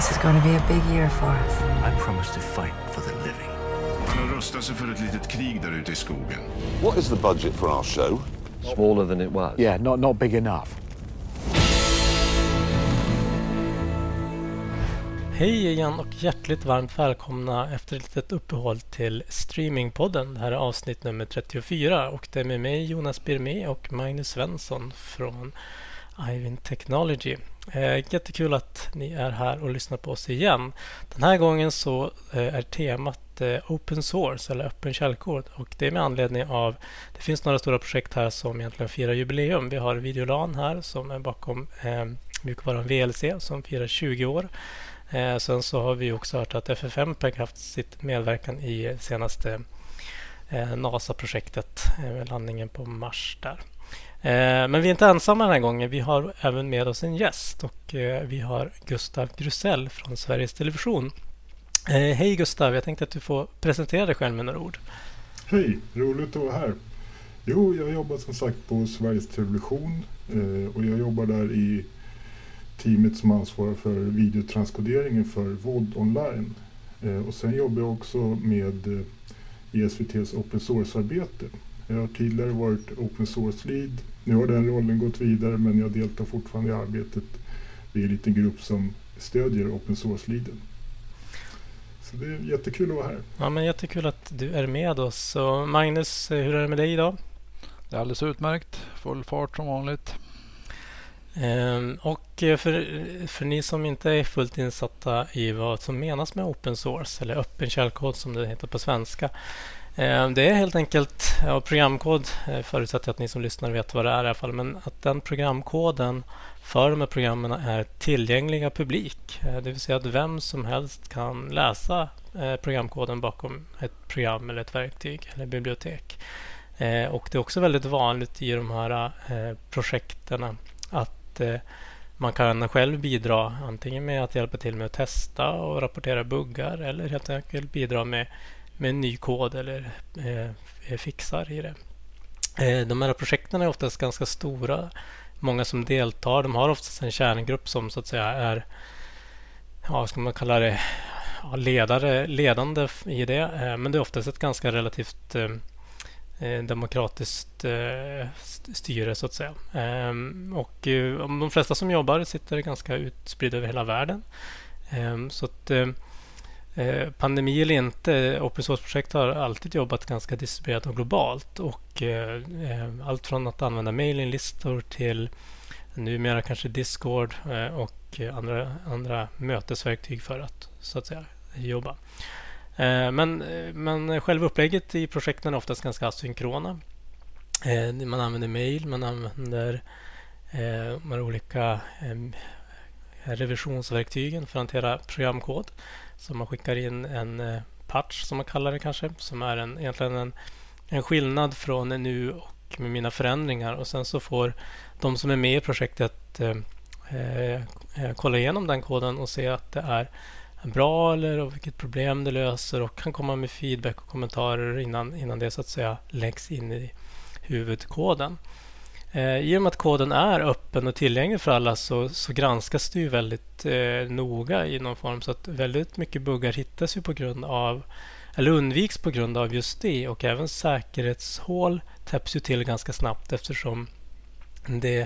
This is going to be a big year for us. I promise to fight for the living. Han rustar sig för ett litet krig där ute i skogen. What is the budget for our show? Smaller than it was. Yeah, not big enough. Hej igen och hjärtligt varmt välkomna efter ett litet uppehåll till Streamingpodden. Det här är avsnitt nummer 34 och det är med mig Jonas Birmé och Magnus Svensson från Ivin Technology. Jättekul att ni är här och lyssnar på oss igen. Den här gången så är temat Open Source eller öppen källkod och det är med anledning av det finns några stora projekt här som egentligen firar jubileum. Vi har Videolan här som är bakom mjukvaran VLC som firar 20 år. Sen så har vi också hört att FFmpeg har haft sitt medverkan i senaste NASA-projektet med landningen på Mars där. Men vi är inte ensamma den här gången. Vi har även med oss en gäst och vi har Gustav Grusell från Sveriges Television. Hej Gustav, jag tänkte att du får presentera dig själv med några ord. Hej, roligt att vara här. Jo, jag jobbar som sagt på Sveriges Television och jag jobbar där i teamet som ansvarar för videotranskoderingen för VOD online. Och sen jobbar jag också med SVT:s open source-arbete. Jag har tidigare varit open source-lead. Nu har den rollen gått vidare men jag deltar fortfarande i arbetet. Vi är en liten grupp som stödjer open source-leaden. Så det är jättekul att vara här. Ja, men jättekul att du är med oss. Så Magnus, hur är det med dig idag? Det är alldeles utmärkt. Full fart som vanligt. Och för ni som inte är fullt insatta i vad som menas med open source eller öppen källkod som det heter på svenska. Det är helt enkelt programkod, förutsätter att ni som lyssnar vet vad det är i alla fall, men att den programkoden för de här programmen är tillgängliga publik. Det vill säga att vem som helst kan läsa programkoden bakom ett program eller ett verktyg eller bibliotek. Och det är också väldigt vanligt i de här projekterna att man kan själv bidra antingen med att hjälpa till med att testa och rapportera buggar eller helt enkelt bidra med en ny kod eller fixar i det. De här projekten är oftast ganska stora. Många som deltar, de har oftast en kärngrupp som så att säga är, vad ska man kalla det, ledande i det. Men det är oftast ett ganska relativt demokratiskt styre så att säga. Och de flesta som jobbar sitter ganska utspridda över hela världen. Så att pandemi eller inte, open source-projekt har alltid jobbat ganska distribuerat och globalt och allt från att använda mailinlistor till numera kanske Discord och andra mötesverktyg för att så att säga jobba. Men själva upplägget i projekten är oftast ganska asynkrona. Man använder mail, man använder de olika revisionsverktygen för att hantera programkod. Så man skickar in en patch som man kallar det kanske, som är egentligen en skillnad från nu och med mina förändringar. Och sen så får de som är med i projektet kolla igenom den koden och se att det är bra eller vilket problem det löser och kan komma med feedback och kommentarer innan det så att säga läggs in i huvudkoden. I och med att koden är öppen och tillgänglig för alla så granskas det ju väldigt noga i någon form så att väldigt mycket buggar hittas ju på grund av eller undviks på grund av just det och även säkerhetshål täpps ju till ganska snabbt eftersom det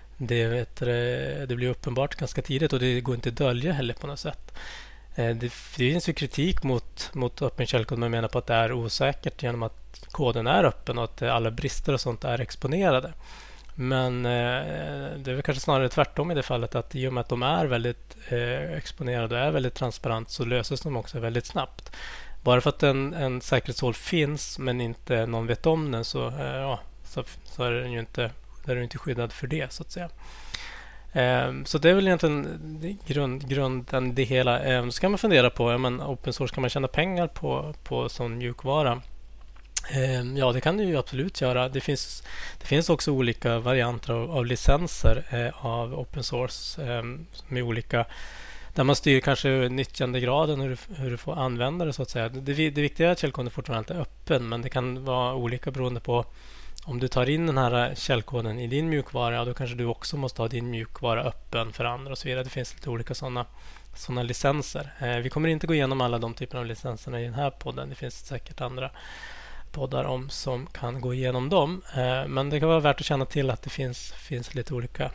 blir uppenbart ganska tidigt och det går inte att dölja heller på något sätt. Det finns ju kritik mot öppen källkod men menar på att det är osäkert genom att koden är öppen och att alla brister och sånt är exponerade. Men det är väl kanske snarare tvärtom i det fallet att i och med att de är väldigt exponerade och är väldigt transparent så löses de också väldigt snabbt. Bara för att en säkerhetshål finns men inte någon vet om den så är den ju inte skyddad för det så att säga. Så det är väl egentligen grunden det hela. Så kan man fundera på, men open source, kan man tjäna pengar på sån mjukvara? Ja, det kan du ju absolut göra. Det finns också olika varianter av licenser av open source med olika där man styr kanske nyttjandegraden hur du får använda det så att säga. Det viktiga är att källkoden fortfarande är öppen men det kan vara olika beroende på om du tar in den här källkoden i din mjukvara, då kanske du också måste ha din mjukvara öppen för andra och så vidare. Det finns lite olika sådana licenser. Vi kommer inte gå igenom alla de typerna av licenserna i den här podden. Det finns säkert andra poddar som kan gå igenom dem. Men det kan vara värt att känna till att det finns lite olika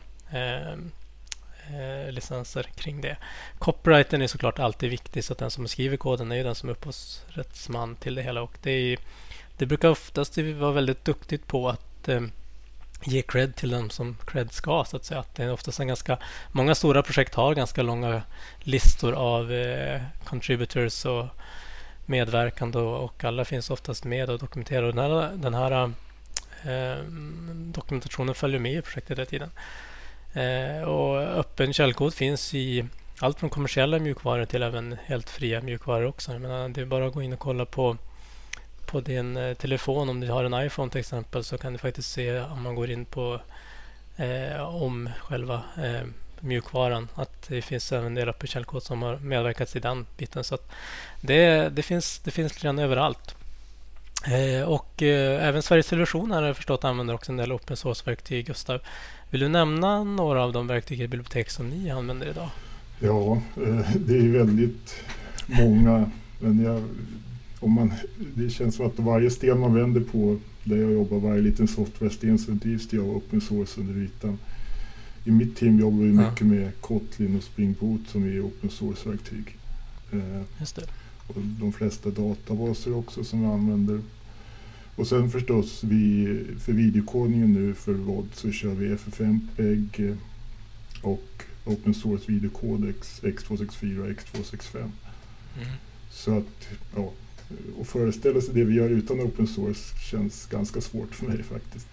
licenser kring det. Copyrighten är såklart alltid viktig, så att den som skriver koden är ju den som är upphovsrättsman till det hela. Och det brukar oftast vara väldigt duktigt på att ge cred till dem som cred ska, så att säga. Att det är oftast många stora projekt har ganska långa listor av contributors och medverkande, och alla finns oftast med och dokumenterar. Och den här dokumentationen följer med i projektet hela tiden. Och öppen källkod finns i allt från kommersiella mjukvaror till även helt fria mjukvaror också. Jag menar, det är bara att gå in och kolla på din telefon. Om du har en iPhone till exempel, så kan du faktiskt se, om man går in på om själva mjukvaran, att det finns även en del öppen källkod som har medverkat i den biten. Så att det finns redan överallt. Och även Sveriges Television har förstått använder också en del open source-verktyg. Gustav, vill du nämna några av de verktyg i bibliotek som ni använder idag? Ja, det är väldigt många. Men det känns som att varje sten man vänder på där jag jobbar, varje liten software-sten, så drivs det av open source under ytan. I mitt team jobbar vi mycket med Kotlin och Spring Boot som är open source-verktyg. Just det. Och de flesta databaser också som vi använder. Och sen förstås för videokodningen nu för VOD så kör vi FFmpeg och open source videocodex X264 och X265. Så att, ja, och föreställa sig det vi gör utan open source känns ganska svårt för mig faktiskt.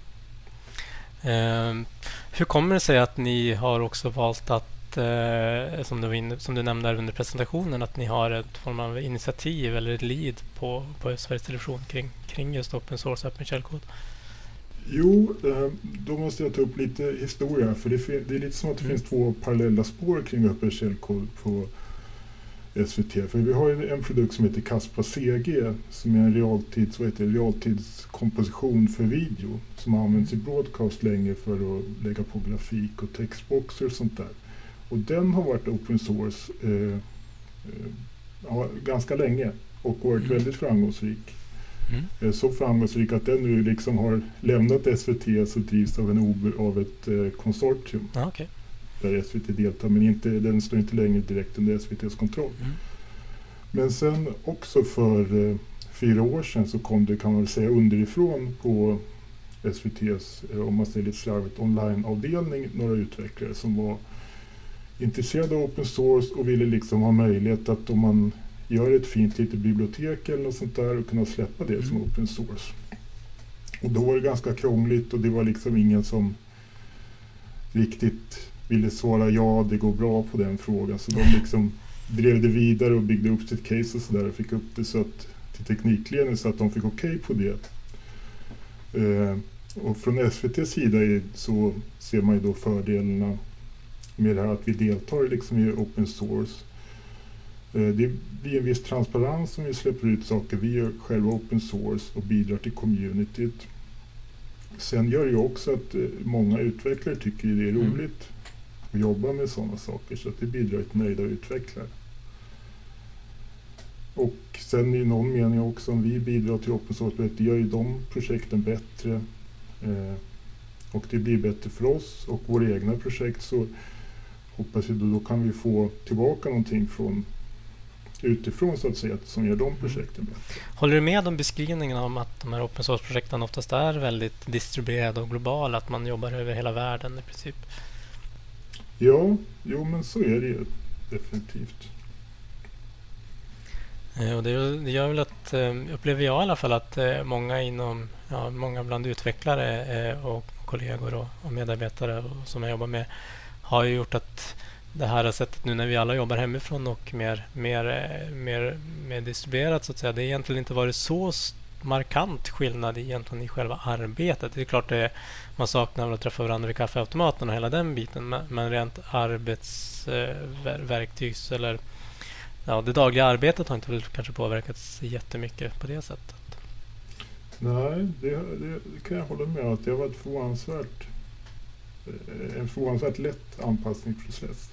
Hur kommer det sig att ni har också valt att, som du nämnde under presentationen, att ni har ett form av initiativ eller ett lead på Sveriges Television kring just open source öppen källkod? Jo, då måste jag ta upp lite historia, för det är lite som att det finns två parallella spår kring öppen källkod på SVT. För vi har en produkt som heter Kaspa CG som är en realtidskomposition för video som används i broadcast länge för att lägga på grafik och textboxer och sånt där. Och den har varit open source ganska länge och varit väldigt framgångsrik. Så framgångsrik att den nu liksom har lämnat SVT, så drivs av ett konsortium. Okay. Där SVT deltar, men den står inte längre direkt under SVTs kontroll. Men sen också för 4 år sedan så kom det, kan man väl säga, underifrån på SVTs, om man säger lite slarvigt, online-avdelning, några utvecklare som var intresserade av open source och ville liksom ha möjlighet att, om man gör ett fint litet bibliotek eller något sånt där, och kunna släppa det som open source. Och då var det ganska krångligt och det var liksom ingen som riktigt ville svara ja, det går bra på den frågan. Så de liksom drev det vidare och byggde upp sitt case och sådär och fick upp det så att, till teknikledningen, så att de fick okej på det. Och från SVTs sida så ser man ju då fördelarna med det här att vi deltar liksom i open source. Det blir en viss transparens om vi släpper ut saker. Vi gör själva open source och bidrar till communityt. Sen gör det också att många utvecklare tycker det är roligt att jobba med sådana saker, så att det bidrar till nöjda utvecklare. Och sen i någon mening också, om vi bidrar till open source, det gör ju de projekten bättre och det blir bättre för oss och våra egna projekt, så hoppas vi då kan vi få tillbaka någonting från utifrån, så att säga, som gör de projekten bättre. Håller du med om beskrivningen om att de här open source-projekten oftast är väldigt distribuerade och globala, att man jobbar över hela världen i princip? Ja, men så är det ju definitivt. Och det gör väl att, upplever jag i alla fall, att många bland utvecklare och kollegor och medarbetare som jag jobbar med har ju gjort att det här sättet nu när vi alla jobbar hemifrån och mer distribuerat, så att säga, det har egentligen inte varit så markant skillnad egentligen i själva arbetet. Det är klart man saknar att träffa varandra vid kaffeautomaten och hela den biten, men rent arbetsverktygs eller det dagliga arbetet har inte väl kanske påverkats jättemycket på det sättet. Nej, det kan jag hålla med om, att det har varit en förvånansvärt lätt anpassningsprocess.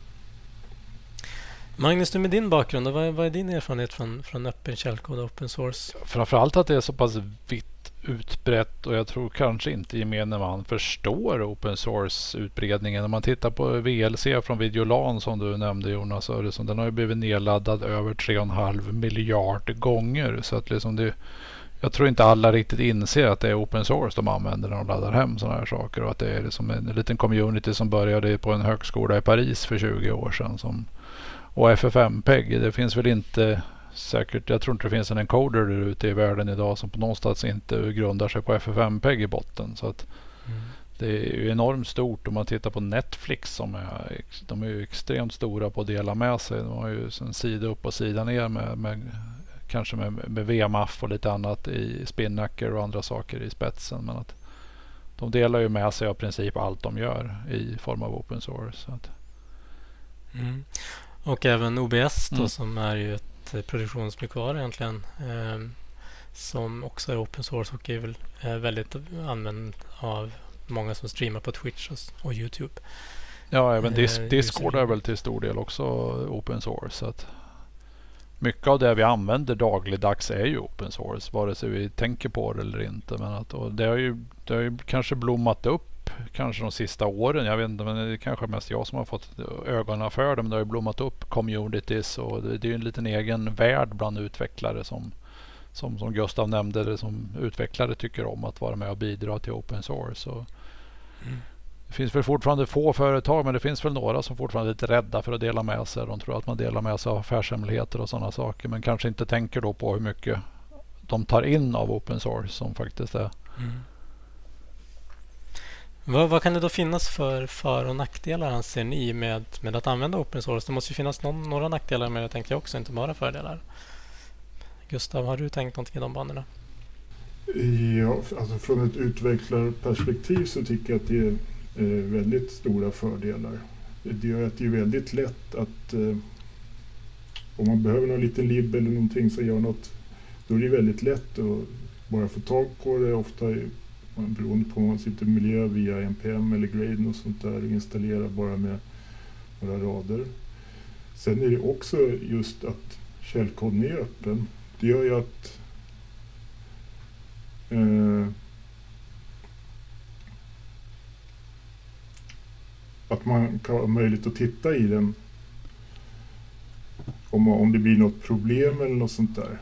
Magnus, du med din bakgrund, vad är din erfarenhet från öppen källkod och open source? Framförallt att det är så pass vitt utbrett, och jag tror kanske inte gemene man förstår open source-utbredningen. När man tittar på VLC från Videolan som du nämnde, Jonas Öresson, den har ju blivit nedladdad över 3,5 miljard gånger. Så att liksom jag tror inte alla riktigt inser att det är open source de använder när de laddar hem sådana här saker, och att det är liksom en liten community som började på en högskola i Paris för 20 år sedan. Och FFmpeg, det finns väl inte säkert, jag tror inte det finns en encoder där ute i världen idag som på någonstans inte grundar sig på FFmpeg i botten. Så att det är ju enormt stort. Om man tittar på Netflix, de är ju extremt stora på att dela med sig. De har ju en sida upp och sida ner med VMAF och lite annat i Spinnaker och andra saker i spetsen. Men att de delar ju med sig av princip allt de gör i form av open source. Så att. Och även OBS då, som är ju ett produktionsmjukvara egentligen, som också är open source och är väl väldigt använd av många som streamar på Twitch och YouTube. Ja, även Discord är väl till stor del också open source. Så att mycket av det vi använder dagligdags är ju open source, vare sig vi tänker på det eller inte. Men att, och det har ju kanske blommat upp kanske de sista åren. Jag vet inte, men det är kanske mest jag som har fått ögonen för det. Men det har ju blommat upp communities, och det är ju en liten egen värld bland utvecklare som Gustav nämnde, det som utvecklare tycker om att vara med och bidra till open source. Och det finns väl fortfarande få företag, men det finns väl några som fortfarande är lite rädda för att dela med sig. De tror att man delar med sig av affärshemligheter och sådana saker, men kanske inte tänker då på hur mycket de tar in av open source som faktiskt är. Vad kan det då finnas för- och nackdelar, anser ni, med att använda open source? Det måste ju finnas några nackdelar med det, tänkte jag också, inte bara fördelar. Gustav, har du tänkt någonting i de banorna? Ja, alltså från ett utvecklarperspektiv så tycker jag att det är väldigt stora fördelar. Det gör att det är väldigt lätt att om man behöver någon liten lib eller någonting som gör något, då är det väldigt lätt att bara få tag på det. Ofta beroende på om man sitter i miljö via npm eller Graden och sånt där, och installera bara med några rader. Sen är det också just att källkoden är öppen. Det gör ju att man kan ha möjlighet att titta i den om det blir något problem eller något sånt där.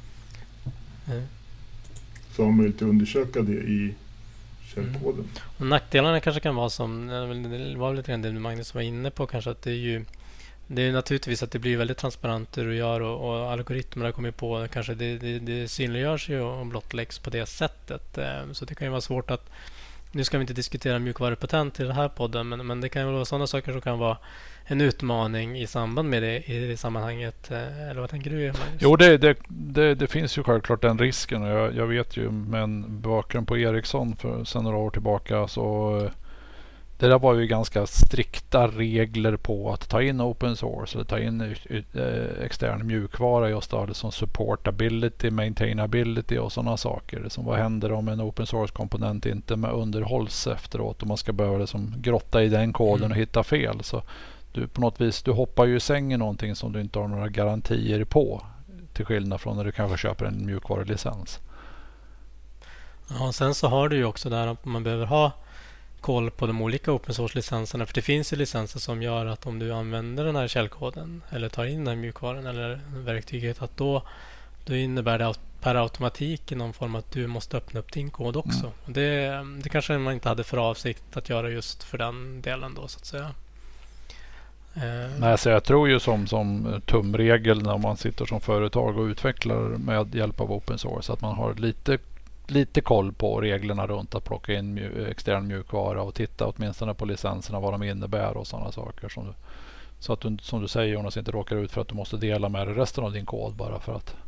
Så har man möjlighet att undersöka det i källkoden. Och nackdelarna kanske kan vara, som det var lite grann det Magnus var inne på, kanske att det är naturligtvis att det blir väldigt transparent det du gör, och algoritmerna kommer på, kanske det synliggörs ju och blottläggs på det sättet. Så det kan ju vara svårt att, nu ska vi inte diskutera mjukvarupatent i den här podden, men det kan ju vara sådana saker som kan vara en utmaning i samband med det i det sammanhanget. Eller vad tänker du, Magnus? Jo, det finns ju självklart den risken, och jag vet ju, men bakgrund på Ericsson för sedan några år tillbaka, så det där var ju ganska strikta regler på att ta in open source eller ta in extern mjukvara, just då, som supportability, maintainability och sådana saker. Som vad händer om en open source komponent inte med underhålls efteråt, och man ska behöva liksom grotta i den koden och hitta fel. Så du på något vis, du hoppar ju i sängen någonting som du inte har några garantier på, till skillnad från när du kanske köper en mjukvarulicens. Ja, sen så har du ju också där att man behöver ha koll på de olika open source-licenserna, för det finns ju licenser som gör att om du använder den här källkoden eller tar in den här mjukvaran eller verktyget, att då innebär det per automatik i någon form att du måste öppna upp din kod också. Och det kanske man inte hade för avsikt att göra just för den delen då, så att säga. Nej, så jag tror ju som tumregel när man sitter som företag och utvecklar med hjälp av open source, att man har lite koll på reglerna runt att plocka in extern mjukvara och titta åtminstone på licenserna, vad de innebär och sådana saker. Så att du, som du säger, Jonas, inte råkar ut för att du måste dela med resten av din kod bara för att.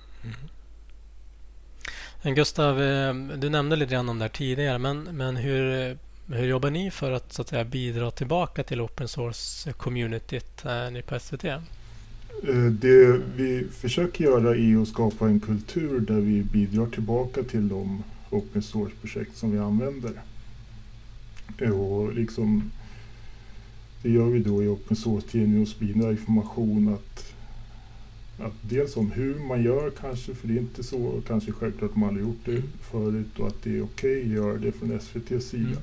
Gustav, du nämnde lite grann om det här tidigare, men hur jobbar ni för att, så att säga, bidra tillbaka till open source communityt ni på SVT? Det vi försöker göra är att skapa en kultur där vi bidrar tillbaka till de open source-projekt som vi använder. Och liksom, det gör vi då i open source-tidningen och sprida information att dels om hur man gör kanske, för det är inte så kanske självklart att man aldrig gjort det förut, och att det är okej att göra det från SVT:s sida.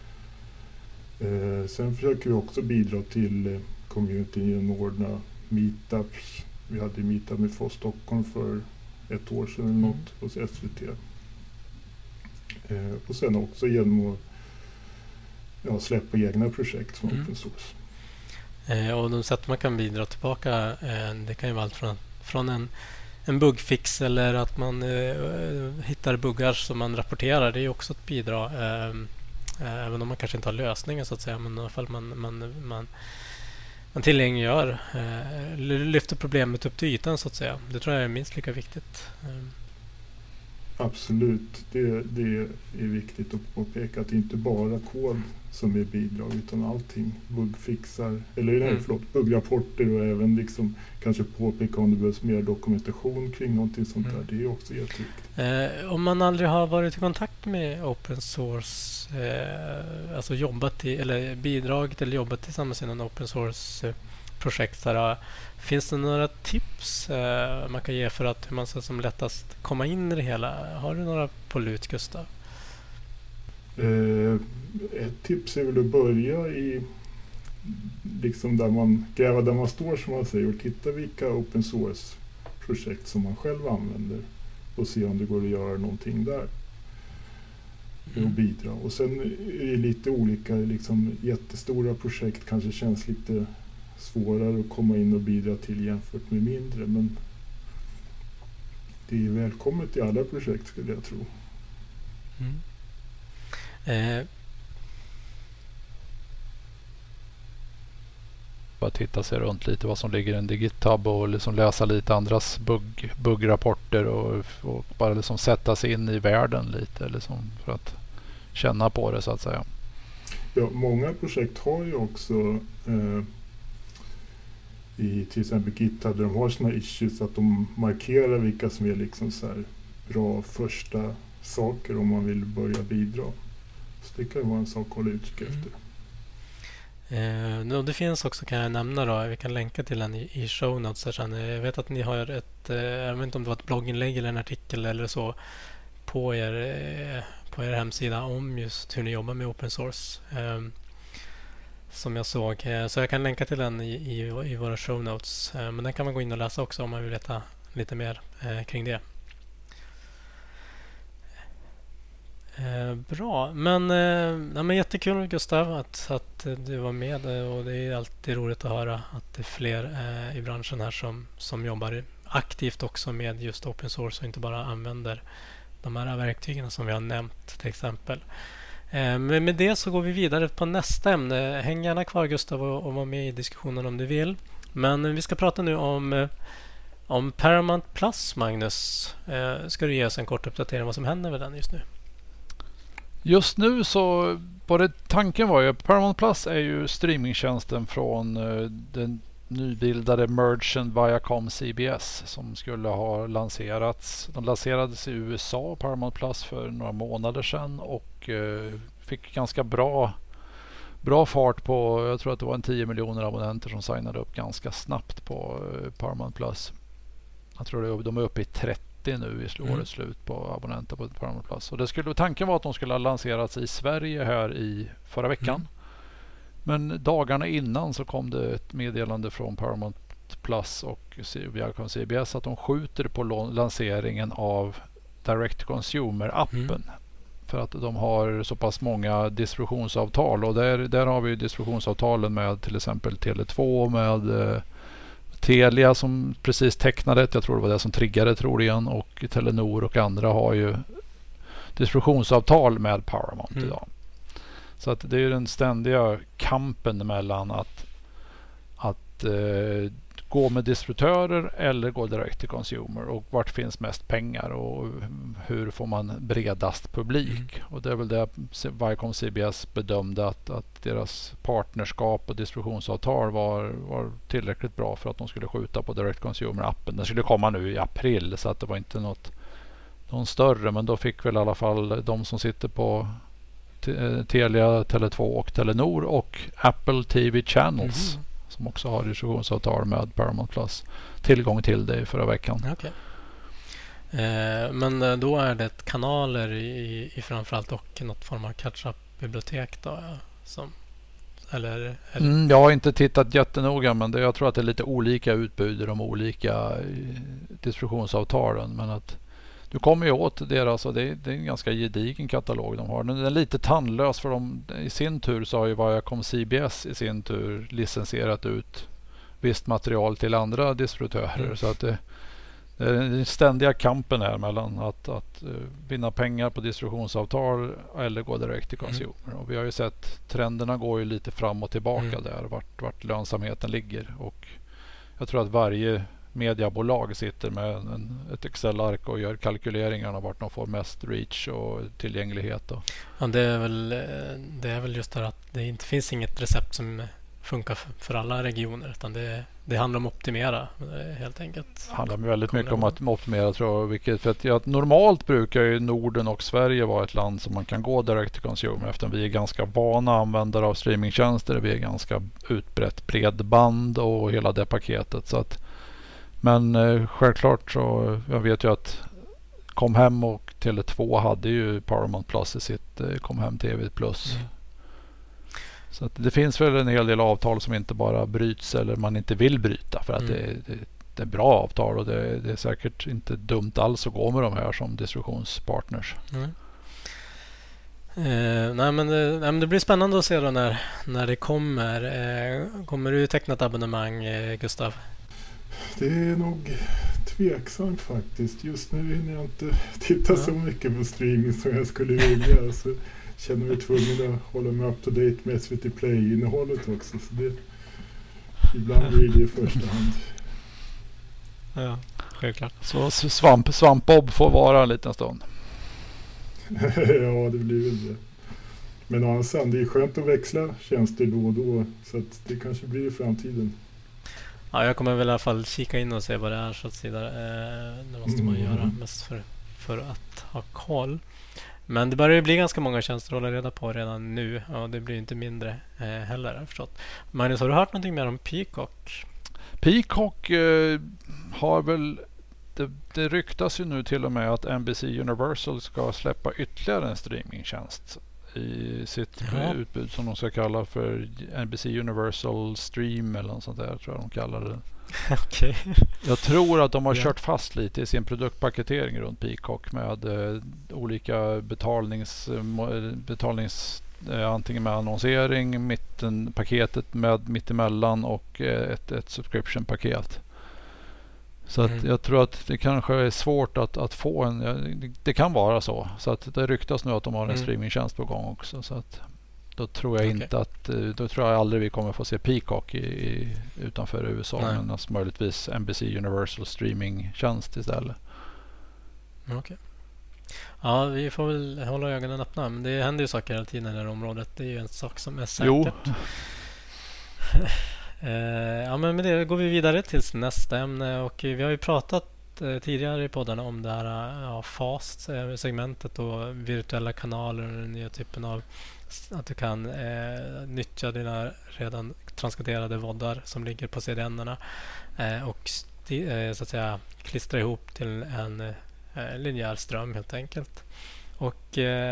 Sen försöker vi också bidra till communityn genom att ordna meetups. Vi hade meetup med FOSS Stockholm för ett år sedan eller något hos SVT. Och sen också genom att släppa egna projekt som open source. Och de sätt man kan bidra tillbaka, det kan ju vara allt från en bugfix eller att man hittar buggar som man rapporterar. Det är ju också ett bidrag. Även om man kanske inte har lösningen så att säga, men i alla fall man tillgängliggör, lyfter problemet upp till ytan så att säga. Det tror jag är minst lika viktigt. Absolut, det är viktigt att påpeka att det inte bara kod som är bidrag utan allting, bugfixar buggrapporter och även liksom kanske påpeka om det behövs mer dokumentation kring någonting sånt där. Det är också jätteviktigt. Om man aldrig har varit i kontakt med open source, alltså jobbat i eller bidragit eller jobbat tillsammans i någon open source projekt, finns det några tips man kan ge för att hur man ska som lättast komma in i det hela? Har du några på lut, Gustav? Ett tips är väl att börja i liksom gräva där man står som man säger och titta vilka open source projekt som man själv använder och se om det går att göra någonting där och bidra. Och sen är det lite olika, liksom jättestora projekt kanske känns lite svårare att komma in och bidra till jämfört med mindre, men det är välkommet i alla projekt skulle jag tro. Bara titta sig runt lite vad som ligger i en GitHub och liksom läsa lite andras buggrapporter och bara liksom sätta sig in i världen lite liksom för att känna på det så att säga. Ja, många projekt har ju också i till exempel GitHub där de har sina issues att de markerar vilka som är liksom så här bra första saker om man vill börja bidra. Så det kan ju vara en sak att hålla utkik efter. Det finns också, kan jag nämna då, vi kan länka till den i show notes sen. Jag vet att ni har jag vet inte om det var ett blogginlägg eller en artikel eller så på er hemsida om just hur ni jobbar med open source som jag såg. Så jag kan länka till den i våra show notes. Men den kan man gå in och läsa också om man vill veta lite mer kring det. Bra, men jättekul Gustav att du var med, och det är alltid roligt att höra att det är fler i branschen här som jobbar aktivt också med just open source och inte bara använder de här verktygen som vi har nämnt till exempel. Men med det så går vi vidare på nästa ämne. Häng gärna kvar Gustav och var med i diskussionen om du vill. Men vi ska prata nu om Paramount Plus, Magnus. Ska du ge oss en kort uppdatering om vad som händer med den just nu? Just nu så tanken var ju att Paramount Plus är ju streamingtjänsten från den nybildade mergen Viacom CBS som skulle ha lanserats. De lanserades i USA, Paramount Plus, för några månader sedan och fick ganska bra fart på, jag tror att det var 10 miljoner abonnenter som signade upp ganska snabbt på Paramount Plus. Jag tror de är uppe i 30 nu i årets slut på abonnenter på Paramount Plus. Och tanken var att de skulle ha lanserats i Sverige här i förra veckan. Men dagarna innan så kom det ett meddelande från Paramount Plus och Viacom CBS att de skjuter på lanseringen av Direct Consumer-appen. För att de har så pass många distributionsavtal. Och där har vi distributionsavtalen med till exempel Tele2, med Telia som precis tecknade det. Jag tror det var det som triggade troligen. Och Telenor och andra har ju distributionsavtal med Paramount idag. Så att det är den ständiga kampen mellan att gå med distributörer eller gå direkt till consumer, och vart finns mest pengar och hur får man bredast publik. Och det är väl det Viacom CBS bedömde att deras partnerskap och distributionsavtal var tillräckligt bra för att de skulle skjuta på direct consumer-appen. Den skulle komma nu i april, så att det var inte någon större, men då fick väl i alla fall de som sitter på Telia, Tele2 och Telenor och Apple TV Channels som också har distributionsavtal med Paramount Plus tillgång till det förra veckan. Okay. Men då är det kanaler i framförallt och något form av catch-up-bibliotek då, eller? Jag har inte tittat jättenoga, men jag tror att det är lite olika utbud i de olika distributionsavtalen, men att du kommer ju åt deras, och det är en ganska gedigen katalog de har. Den är lite tandlös för dem. I sin tur så har ju Viacom CBS i sin tur licensierat ut visst material till andra distributörer. Så att det är den ständiga kampen här mellan att vinna pengar på distributionsavtal eller gå direkt till consumer. Och vi har ju sett trenderna går ju lite fram och tillbaka där, vart lönsamheten ligger. Och jag tror att varje mediebolag sitter med ett Excel-ark och gör kalkyleringarna vart de får mest reach och tillgänglighet. Ja, det är väl just det att det inte finns inget recept som funkar för alla regioner, utan det handlar om att optimera helt enkelt. Det handlar väldigt mycket om att optimera, tror jag. För att normalt brukar ju Norden och Sverige vara ett land som man kan gå direkt till consumer, eftersom vi är ganska vana användare av streamingtjänster. Vi är ganska utbrett bredband och hela det paketet. Så att, men självklart så, jag vet ju att Comhem och Tele2 hade ju Paramount Plus i sitt Comhem TV Plus. Så att det finns väl en hel del avtal som inte bara bryts eller man inte vill bryta, för att det är bra avtal, och det är säkert inte dumt alls att gå med de här som distributionspartners. Nej, men det blir spännande att se då när det kommer. Kommer du teckna ett abonnemang, Gustav? Det är nog tveksamt faktiskt. Just nu hinner jag inte titta så mycket på streaming som jag skulle vilja. Så känner mig tvungen att hålla mig up to date med SVT Play-innehållet också. Så det, ibland blir det i första hand. Ja, självklart. Så Svampbob får vara en liten stund. Ja, det blir väl det. Men annars, det är skönt att växla tjänster då och då. Så att det kanske blir i framtiden. Ja, jag kommer väl i alla fall kika in och se vad det är, så att det måste man göra mest för att ha koll. Men det börjar ju bli ganska många tjänster att hålla reda på redan nu, och det blir inte mindre heller, jag förstått. Magnus, har du hört någonting mer om Peacock? Peacock har väl, det ryktas ju nu till och med att NBC Universal ska släppa ytterligare en streamingtjänst i sitt utbud som de ska kalla för NBC Universal Stream eller något sånt där, tror jag de kallar det. Okay. Jag tror att de har kört fast lite i sin produktpaketering runt Peacock med olika betalnings antingen med annonsering, paketet med mittemellan och ett subscription-paket. Så att jag tror att det kanske är svårt att få det kan vara så. Så att det ryktas nu att de har en streamingtjänst på gång också. Så att då tror jag då tror jag aldrig vi kommer få se Peacock utanför USA. Men alltså möjligtvis NBC Universal streamingtjänst istället. Okej. Ja, vi får väl hålla ögonen öppna. Men det händer ju saker hela tiden i det här området. Det är ju en sak som är säkert. Jo. Ja, men med det går vi vidare till nästa ämne, och vi har ju pratat tidigare i poddarna om det här FAST-segmentet och virtuella kanaler och den nya typen av att du kan nyttja dina redan transkoderade voddar som ligger på CDN-erna och så att säga klistra ihop till en linjär ström helt enkelt. Och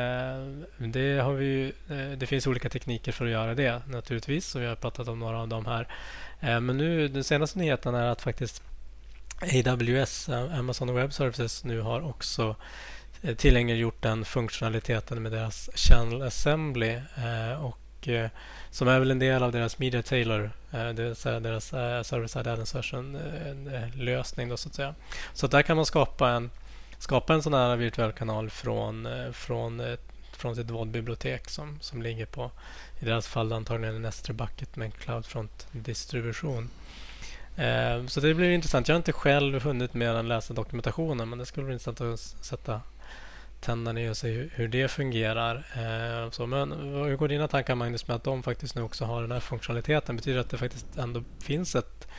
det finns olika tekniker för att göra det naturligtvis, och vi har pratat om några av dem här. Men nu, den senaste nyheten är att faktiskt AWS, Amazon Web Services, nu har också tillgängliggjort den funktionaliteten med deras Channel Assembly och som är väl en del av deras Media Tailor, det vill säga deras Server-Side Add Insertion lösning då, så att säga. Så där kan man skapa en sån här virtuell kanal från sitt VOD-bibliotek som ligger på, i deras fall antagligen en S3 bucket med en CloudFront-distribution. Så det blir intressant. Jag har inte själv hunnit mer än läsa dokumentationen, men det skulle bli intressant att sätta tänderna i och se hur det fungerar. Men hur går dina tankar, Magnus, med att de faktiskt nu också har den här funktionaliteten? Betyder det att det faktiskt ändå finns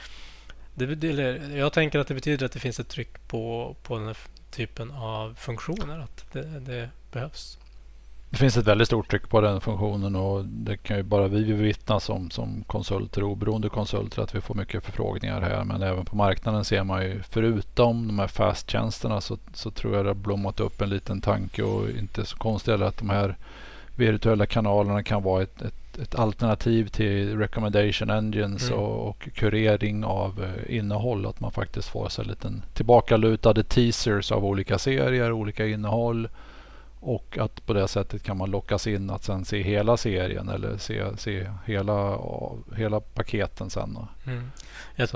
jag tänker att det betyder att det finns ett tryck på den här typen av funktioner, att det behövs. Det finns ett väldigt stort tryck på den funktionen och det kan ju bara vi vittna som konsulter, oberoende konsulter, att vi får mycket förfrågningar här. Men även på marknaden ser man ju, förutom de här fast-tjänsterna så tror jag det har blommat upp en liten tanke, och inte så konstigt att de här virtuella kanalerna kan vara ett alternativ till recommendation engines och kurering av innehåll. Att man faktiskt får så liten tillbakalutade teasers av olika serier, olika innehåll. Och att på det sättet kan man lockas in att sen se hela serien eller se hela paketen sen. Så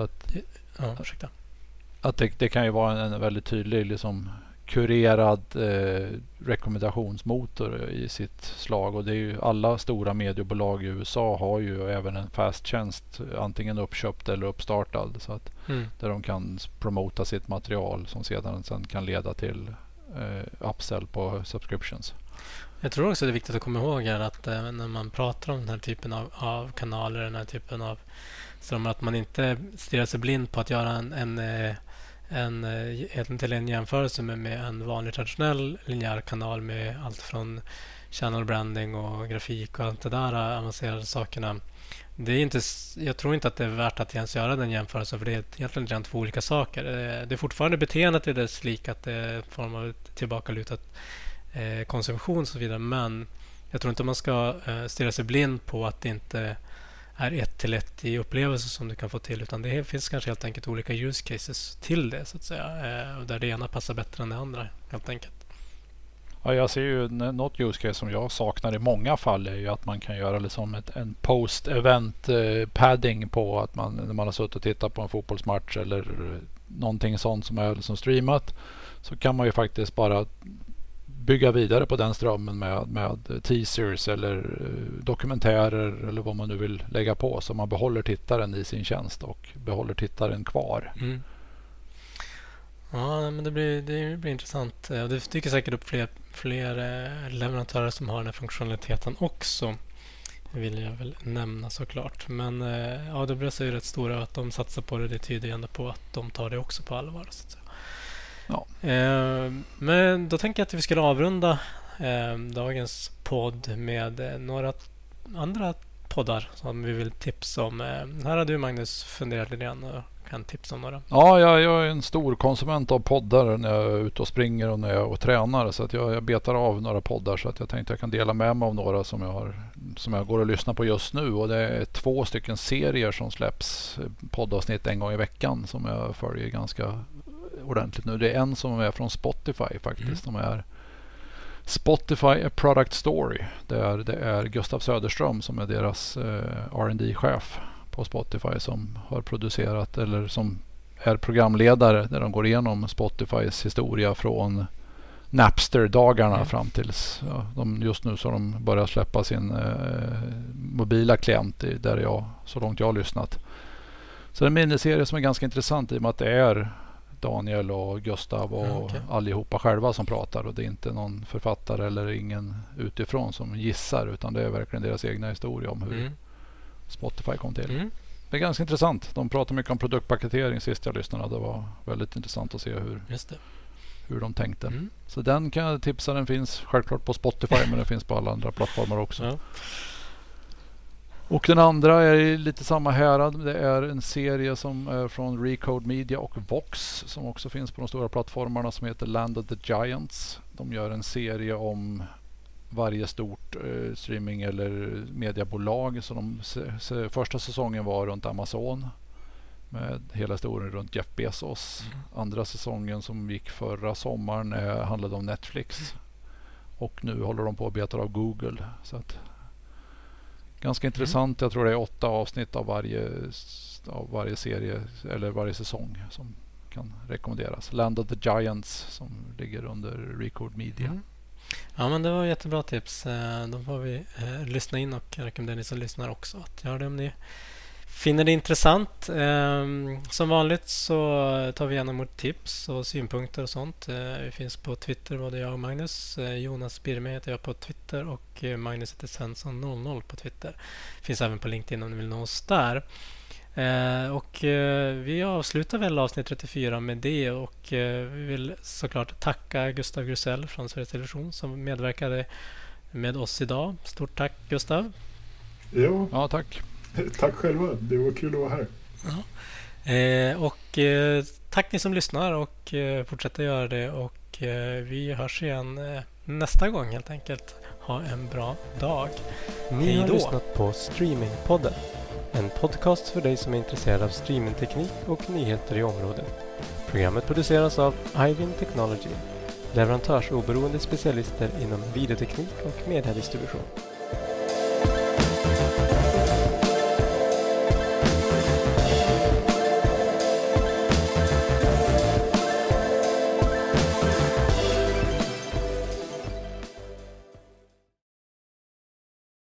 att det kan ju vara en väldigt tydlig liksom kurerad rekommendationsmotor i sitt slag. Och det är ju alla stora mediebolag i USA har ju även en fast-tjänst, antingen uppköpt eller uppstartad, så att där de kan promota sitt material som sedan kan leda till upsell på subscriptions. Jag tror också det är viktigt att komma ihåg här att när man pratar om den här typen av kanaler, den här typen av, som att man inte stirrar sig blind på att göra en jämförelse med en vanlig traditionell linjär kanal med allt från channel branding och grafik och allt det där avancerade sakerna. Det är inte, jag tror inte att det är värt att ens göra den jämförelsen, för det är egentligen redan två olika saker. Det är fortfarande beteendet i dess lik, att det är en form av tillbakalutat konsumtion och så vidare, men jag tror inte man ska stirra sig blind på att det inte är 1-1 i upplevelse som du kan få till, utan det finns kanske helt enkelt olika use cases till det, så att säga, där det ena passar bättre än det andra helt enkelt. Ja, jag ser ju något use case som jag saknar i många fall är ju att man kan göra liksom en post-event padding på att man, när man har suttit och tittat på en fotbollsmatch eller någonting sånt som är liksom streamat, så kan man ju faktiskt bara bygga vidare på den strömmen med teasers eller dokumentärer eller vad man nu vill lägga på, så man behåller tittaren i sin tjänst och behåller tittaren kvar. Ja, men det blir intressant. Det dyker säkert upp fler leverantörer som har den här funktionaliteten också, vill jag väl nämna såklart. Men AWS är ju rätt stora, att de satsar på det tyder ju ändå på att de tar det också på allvar, så att säga. Ja. Men då tänker jag att vi ska avrunda dagens podd med några andra poddar som vi vill tipsa om. Här har du, Magnus, funderat lite grann och kan tipsa om några. Ja, jag är en stor konsument av poddar när jag är ute och springer och när jag och tränar, så att jag betar av några poddar, så att jag tänkte jag kan dela med mig av några som jag går och lyssnar på just nu, och det är 2 stycken serier som släpps poddavsnitt en gång i veckan som jag följer ganska ordentligt nu. Det är en som är från Spotify faktiskt. De är Spotify A Product Story. Det är Gustav Söderström som är deras R&D-chef på Spotify, som har producerat, eller som är programledare där de går igenom Spotifys historia från Napster-dagarna fram tills just nu så de börjar släppa sin mobila klient där så långt jag har lyssnat. Så det är en miniserie som är ganska intressant i och med att det är Daniel och Gustav och allihopa själva som pratar, och det är inte någon författare eller ingen utifrån som gissar, utan det är verkligen deras egna historia om hur Spotify kom till. Det är ganska intressant. De pratar mycket om produktpaketering sist jag lyssnade. Det var väldigt intressant att se hur de tänkte. Så den kan jag tipsa. Den finns självklart på Spotify men den finns på alla andra plattformar också. Ja. Och den andra är lite samma härad. Det är en serie som är från Recode Media och Vox som också finns på de stora plattformarna, som heter Land of the Giants. De gör en serie om varje stort streaming eller mediebolag. Så första säsongen var runt Amazon med hela historien runt Jeff Bezos. Andra säsongen som gick förra sommaren handlade om Netflix. Och nu håller de på att beta av Google. Så att ganska intressant. Jag tror det är 8 avsnitt av varje serie eller varje säsong som kan rekommenderas. Land of the Giants som ligger under Recode Media. Ja, men det var jättebra tips. Då får vi lyssna in och rekommendera ni som lyssnar också att göra det om ni finner det intressant. Som vanligt så tar vi gärna emot tips och synpunkter och sånt. Vi finns på Twitter, både jag och Magnus. Jonas Birme heter jag på Twitter och Magnus heter Svensson00 på Twitter. Finns även på LinkedIn om ni vill nå oss där. Och vi avslutar väl avsnitt 34 med det, och vi vill såklart tacka Gustav Grusell från Sveriges Television som medverkade med oss idag. Stort tack, Gustav. Ja, tack. Tack själva, det var kul att vara här. Ja. Och tack ni som lyssnar, och fortsätter göra det, och vi hörs igen nästa gång helt enkelt. Ha en bra dag. Ni har lyssnat på Streamingpodden. En podcast för dig som är intresserad av streamingteknik och nyheter i området. Programmet produceras av Ivin Technology, leverantörsoberoende specialister inom videoteknik och mediedistribution.